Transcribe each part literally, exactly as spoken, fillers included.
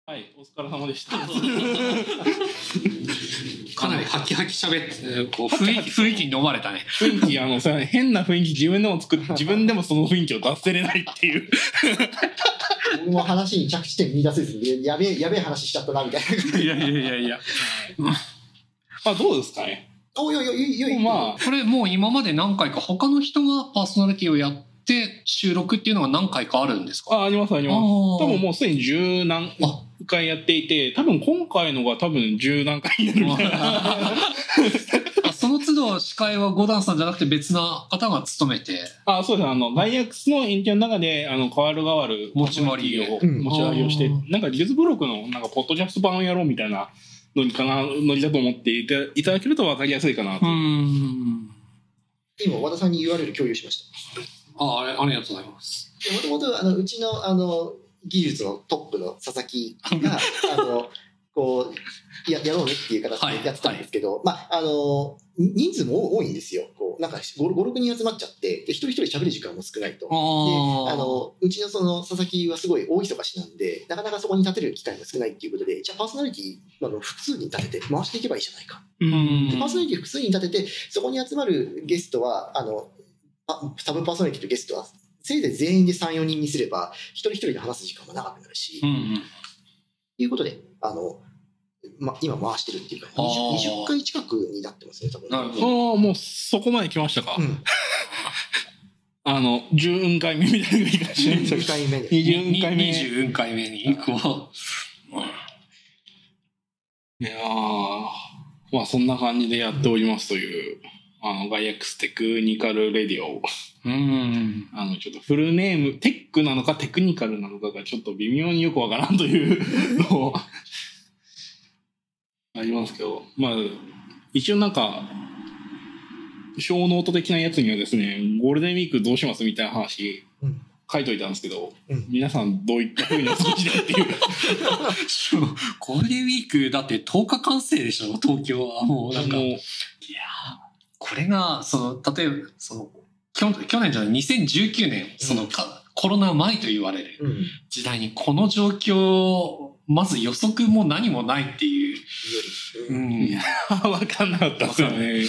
はい、お疲れ様でした。 かなりハキハキ喋って、こう雰囲気、雰囲気に飲まれたね。 雰囲気、あのさ、変な雰囲気自分でも作って、自分でもその雰囲気を出せれないっていう。 僕も話に着地点見出せずに、やべえ、やべえ話しちゃったな、みたいな。 いやいやいやいや。 まあ、どうですかね。 おいやいやいやいや、 まあ、これもう今まで何回か他の人がパーソナリティをやって収録っていうのが何回かあるんですか？ あ、ありますあります。多分もうすでに十何回やっていて、多分今回のが多分十何回になるみたいな。 その都度司会はゴダンさんじゃなくて別な方が務めて。 あ、そうです。あの、ガイアックスのエンジンの中で、あの、変わる変わる持ち回りを、持ち回りをして、なんか技術ブロックの、なんか、ポッドキャスト版をやろうみたいなのにかな、ノリだと思っていたいただけると分かりやすいかなと。うん。 今、和田さんに ユーアールエル 共有しました。 ああ、ありがとうございます。 もともと、あの、うちの、あの、技術のトップの佐々木が、あの、こう、や、やろうねっていう形でやってたんですけど、はいはい、まあ、あの、人数も多いんですよ。こう、なんかご、ろくにん集まっちゃって、で、一人一人喋る時間も少ないと。で、あの、うちのその、佐々木はすごい大忙しなんで、なかなかそこに立てる機会も少ないっていうことで、じゃあパーソナリティ、あの、複数に立てて回していけばいいじゃないか。 うんでパーソナリティ複数に立てて、そこに集まるゲストは、あの、サブパーソナリティとゲストは、せいぜい全員でさん、よにんにすれば、一人一人で話す時間も長くなるし、 うんうん、 ということで、あの、ま、今回してるっていうか、にじゅう, にじゅっかい近くになってますね、多分。 なるほど。 ああ、もうそこまで来ましたか。 うん、 あの、じゅうかいめみたいな言い方しないじゅうかいめで。 にじゅうかいめ。 にじゅうかいめに、こう。 いやー、まあそんな感じでやっておりますという、あの、ガイアックステクニカルレディオ。 うん。 あの、ちょっとフルネーム、テックなのかテクニカルなのかがちょっと微妙によくわからんというのをありますけど、まあ、一応なんか、小ノート的なやつにはですね、ゴールデンウィークどうしますみたいな話、書いといたんですけど、うん、皆さんどういった風にお過ごしでっていう。 ゴールデンウィークだってとおか完成でしょ、東京は。もうなんか、いやこれが、その、例えば、その、去去年じゃない、にせんじゅうきゅうねん、その、うん、コロナ前と言われる時代にこの状況、まず予測も何もないっていう。 うん。わかんなかったですよね。うん、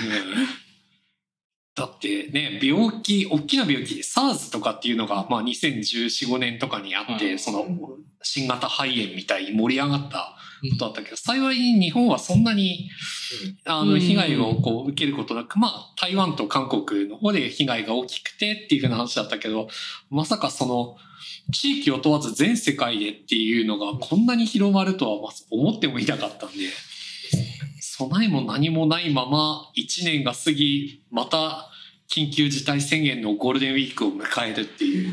だってね、病気、大きな病気で SARS とかっていうのが、まあにせんじゅうよん、ごねんとかにあって、うん、その、新型肺炎みたいに盛り上がったことだったけど、幸い日本はそんなに、あの、被害をこう受けることなく、まあ、台湾と韓国の方で被害が大きくてっていうふうな話だったけど、まさかその、地域を問わず全世界でっていうのがこんなに広まるとはまず思ってもいなかったんで、備えも何もないままいちねんが過ぎ、また緊急事態宣言のゴールデンウィークを迎えるっていう。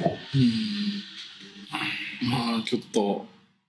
うん、まあちょっと、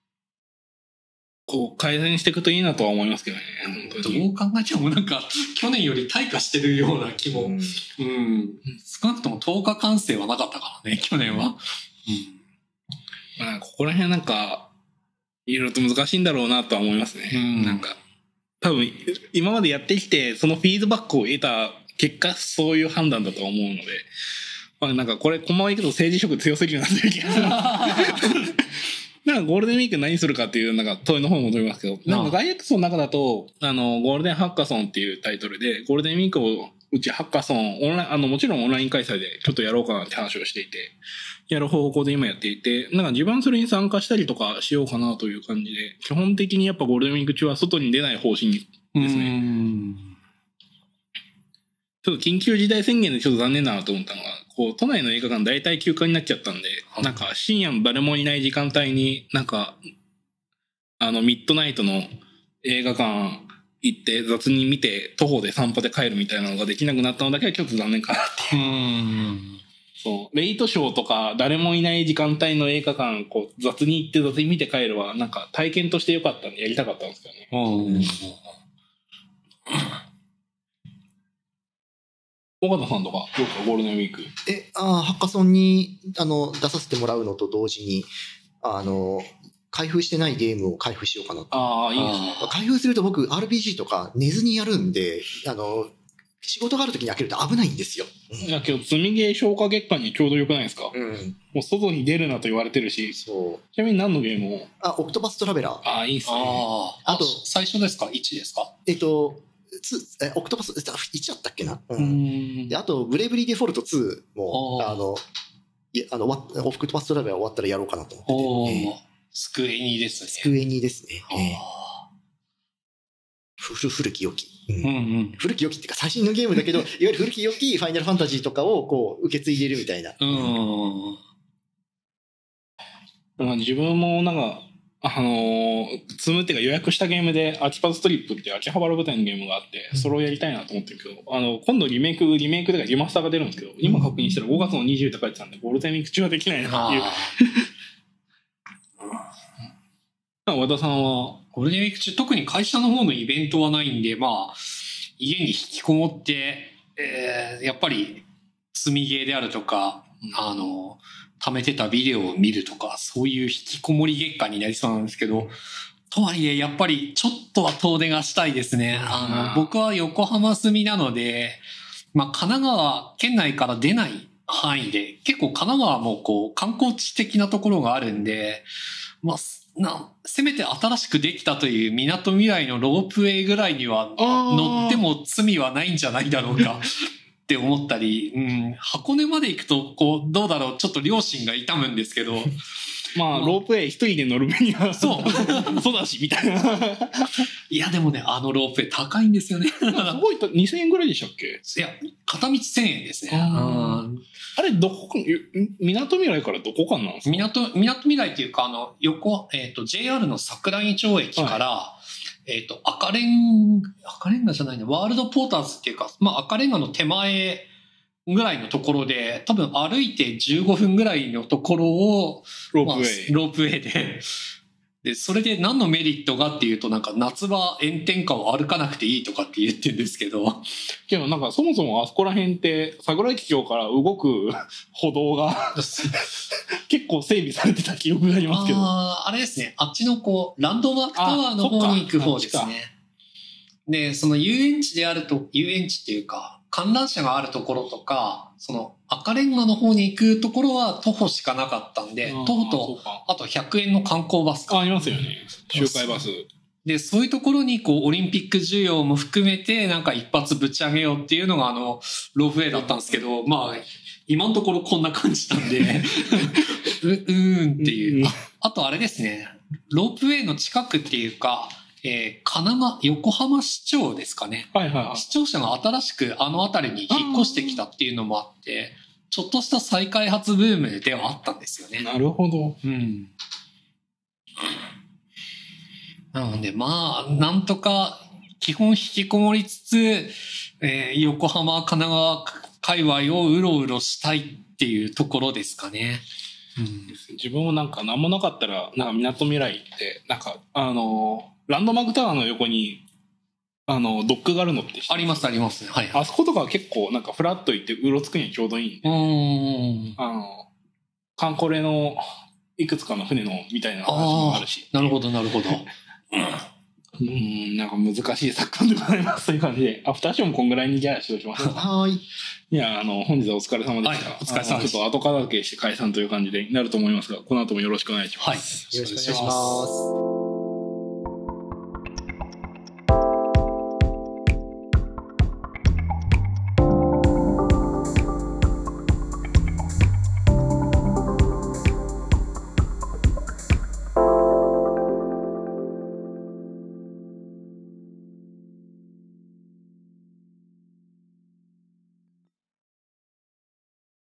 こう改善していくといいなとは思いますけどね。 どう考えてもなんか去年より退化してるような気も。うん。うん、少なくともとおか完成はなかったからね、去年は。うんまあ、ここら辺なんか、いろいろと難しいんだろうなとは思いますね。うん、なんか、多分、今までやってきて、そのフィードバックを得た結果、そういう判断だと思うので、まあなんかこれ、このままいくと政治色強すぎるなという気がする。なんかゴールデンウィーク何するかっていう、なんか問いの方に戻りますけど、なんかガイアックスの中だと、あの、ゴールデンハッカソンっていうタイトルで、ゴールデンウィークを、うちハッカソン、オンライン、あの、もちろんオンライン開催でちょっとやろうかなって話をしていて、やる方向で今やっていて、なんか自分それに参加したりとかしようかなという感じで、基本的にやっぱゴールデンウィーク中は外に出ない方針ですね。うんちょっと緊急事態宣言でちょっと残念だなと思ったのが、こう、都内の映画館大体休館になっちゃったんで、なんか深夜誰もいない時間帯になんか、あの、ミッドナイトの映画館行って雑に見て徒歩で散歩で帰るみたいなのができなくなったのだけはちょっと残念かなっていう。うんそう。レイトショーとか誰もいない時間帯の映画館、こう、雑に行って雑に見て帰るは、なんか体験として良かったんでやりたかったんですけどね。うん。岡田さんとか、どうかゴールデンウィーク。 え、ああ、ハッカソンに、あの、出させてもらうのと同時に、あの、開封してないゲームを開封しようかなと。 ああ、いいですね。 開封すると僕、アールピージー とか寝ずにやるんで、あの、 仕事がある時に開けると危ないんですよ。 うん、いやけど積みゲー消化月間にちょうどよくないですか。 うん。 もう外に出るなと言われてるし。 そう。 ちなみに何のゲームを？ あ、オクトパストラベラー。 ああ、いいっすね。 ああ。あと、最初ですか ?いち ですか？ えっと、にえオクトパス、いちだったっけな、うん、 うんで、あと、ブレイブリーデフォルトツーも、あの、いやあの、オクトパストラベラー終わったらやろうかなと思ってて。えー、 スクエニですね。 スクエニですね。えー、古古き良き。うんうんうん、古き良きっていうか最新のゲームだけど、いわゆる古き良きファイナルファンタジーとかをこう受け継いでるみたいな。 うん。 うん、自分もなんか、あのー、積むっていうか予約したゲームで秋パズストリップっていう秋葉原舞台のゲームがあって、それをやりたいなと思ってるけど、あの、今度リメイク、リメイクとかリマスターが出るんですけど、今確認したらごがつのにじゅうって書いてたんで、ゴールデンウィーク中はできないなっていう。和田さんはゴールデンウィーク中、特に会社の方のイベントはないんで、まあ、家に引きこもって、えー、やっぱり積みゲーであるとか、あの、貯めてたビデオを見るとか、そういう引きこもり月間になりそうなんですけど、とはいえ、やっぱりちょっとは遠出がしたいですね。あの、僕は横浜住みなので、まあ、神奈川県内から出ない範囲で、結構神奈川もこう、観光地的なところがあるんで、まあ、な、せめて新しくできたという港未来のロープウェイぐらいには乗っても罪はないんじゃないだろうかって思ったり、うん、箱根まで行くと、こう、どうだろう、ちょっと両親が痛むんですけど。 まあ、ロープウェイ一人で乗る分には、そう。そうだし、みたいな。 いや、でもね、あのロープウェイ高いんですよね。すごい、にせんえんぐらいでしたっけ？ いや、片道せんえんですね。 あ, あれ、どこ、港未来からどこ間なんですか？ 港、港未来っていうか、あの、横、えっと、ジェイアール の桜木町駅から、はい、えっと、赤レン、赤レンガじゃないね、ワールドポーターズっていうか、まあ、赤レンガの手前ぐらいのところで、多分歩いてじゅうごふんぐらいのところを、 ロープウェイ。 まあ、ロープウェイで、で、それで何のメリットがっていうと、なんか夏場炎天下を歩かなくていいとかって言ってるんですけど。 けどなんかそもそもあそこら辺って桜木町から動く歩道が結構整備されてた記憶がありますけど。 ああ、あれですね。あっちのこう、ランドマークタワーの方に行く方ですね。で、その遊園地であると、遊園地っていうか、観覧車があるところとか、その赤レンガの方に行くところは徒歩しかなかったんで、徒歩と、あとひゃくえんの観光バスか。 あ、ありますよね。周回バス。 で、そういうところにこう、オリンピック需要も含めて、なんか一発ぶち上げようっていうのがあの、ロープウェイだったんですけど、まあ、今のところこんな感じなんで、う、うーんっていう。あとあれですね、ロープウェイの近くっていうか、えー、神奈川、横浜市長ですかね。 はいはいはい。 市庁舎が新しくあの辺りに引っ越してきたっていうのもあって、ちょっとした再開発ブームではあったんですよね。 なるほど。 うん。なので、まあ、なんとか、基本引きこもりつつ、えー、横浜、神奈川界隈をうろうろしたいっていうところですかね。 うん、自分もなんか何もなかったら、なんか港未来って、なんか、あのー、ランドマークタワーの横に、あの、ドックがあるのってありますあります。はい、はい。 あそことか結構なんかフラッと行ってうろつくにはちょうどいいんで。 うん。 あの、カンコレのいくつかの船のみたいな話もあるし。 なるほどなるほど。 うん、なんか難しい作品でございます。という感じで、アフターショーもこんぐらいにじゃあ指導します。 はい。 いや、あの、本日はお疲れ様でした。 はい、お疲れ様でした。 ちょっと後片付けして解散という感じでなると思いますが、この後もよろしくお願いします。 はい。 よろしくお願いします。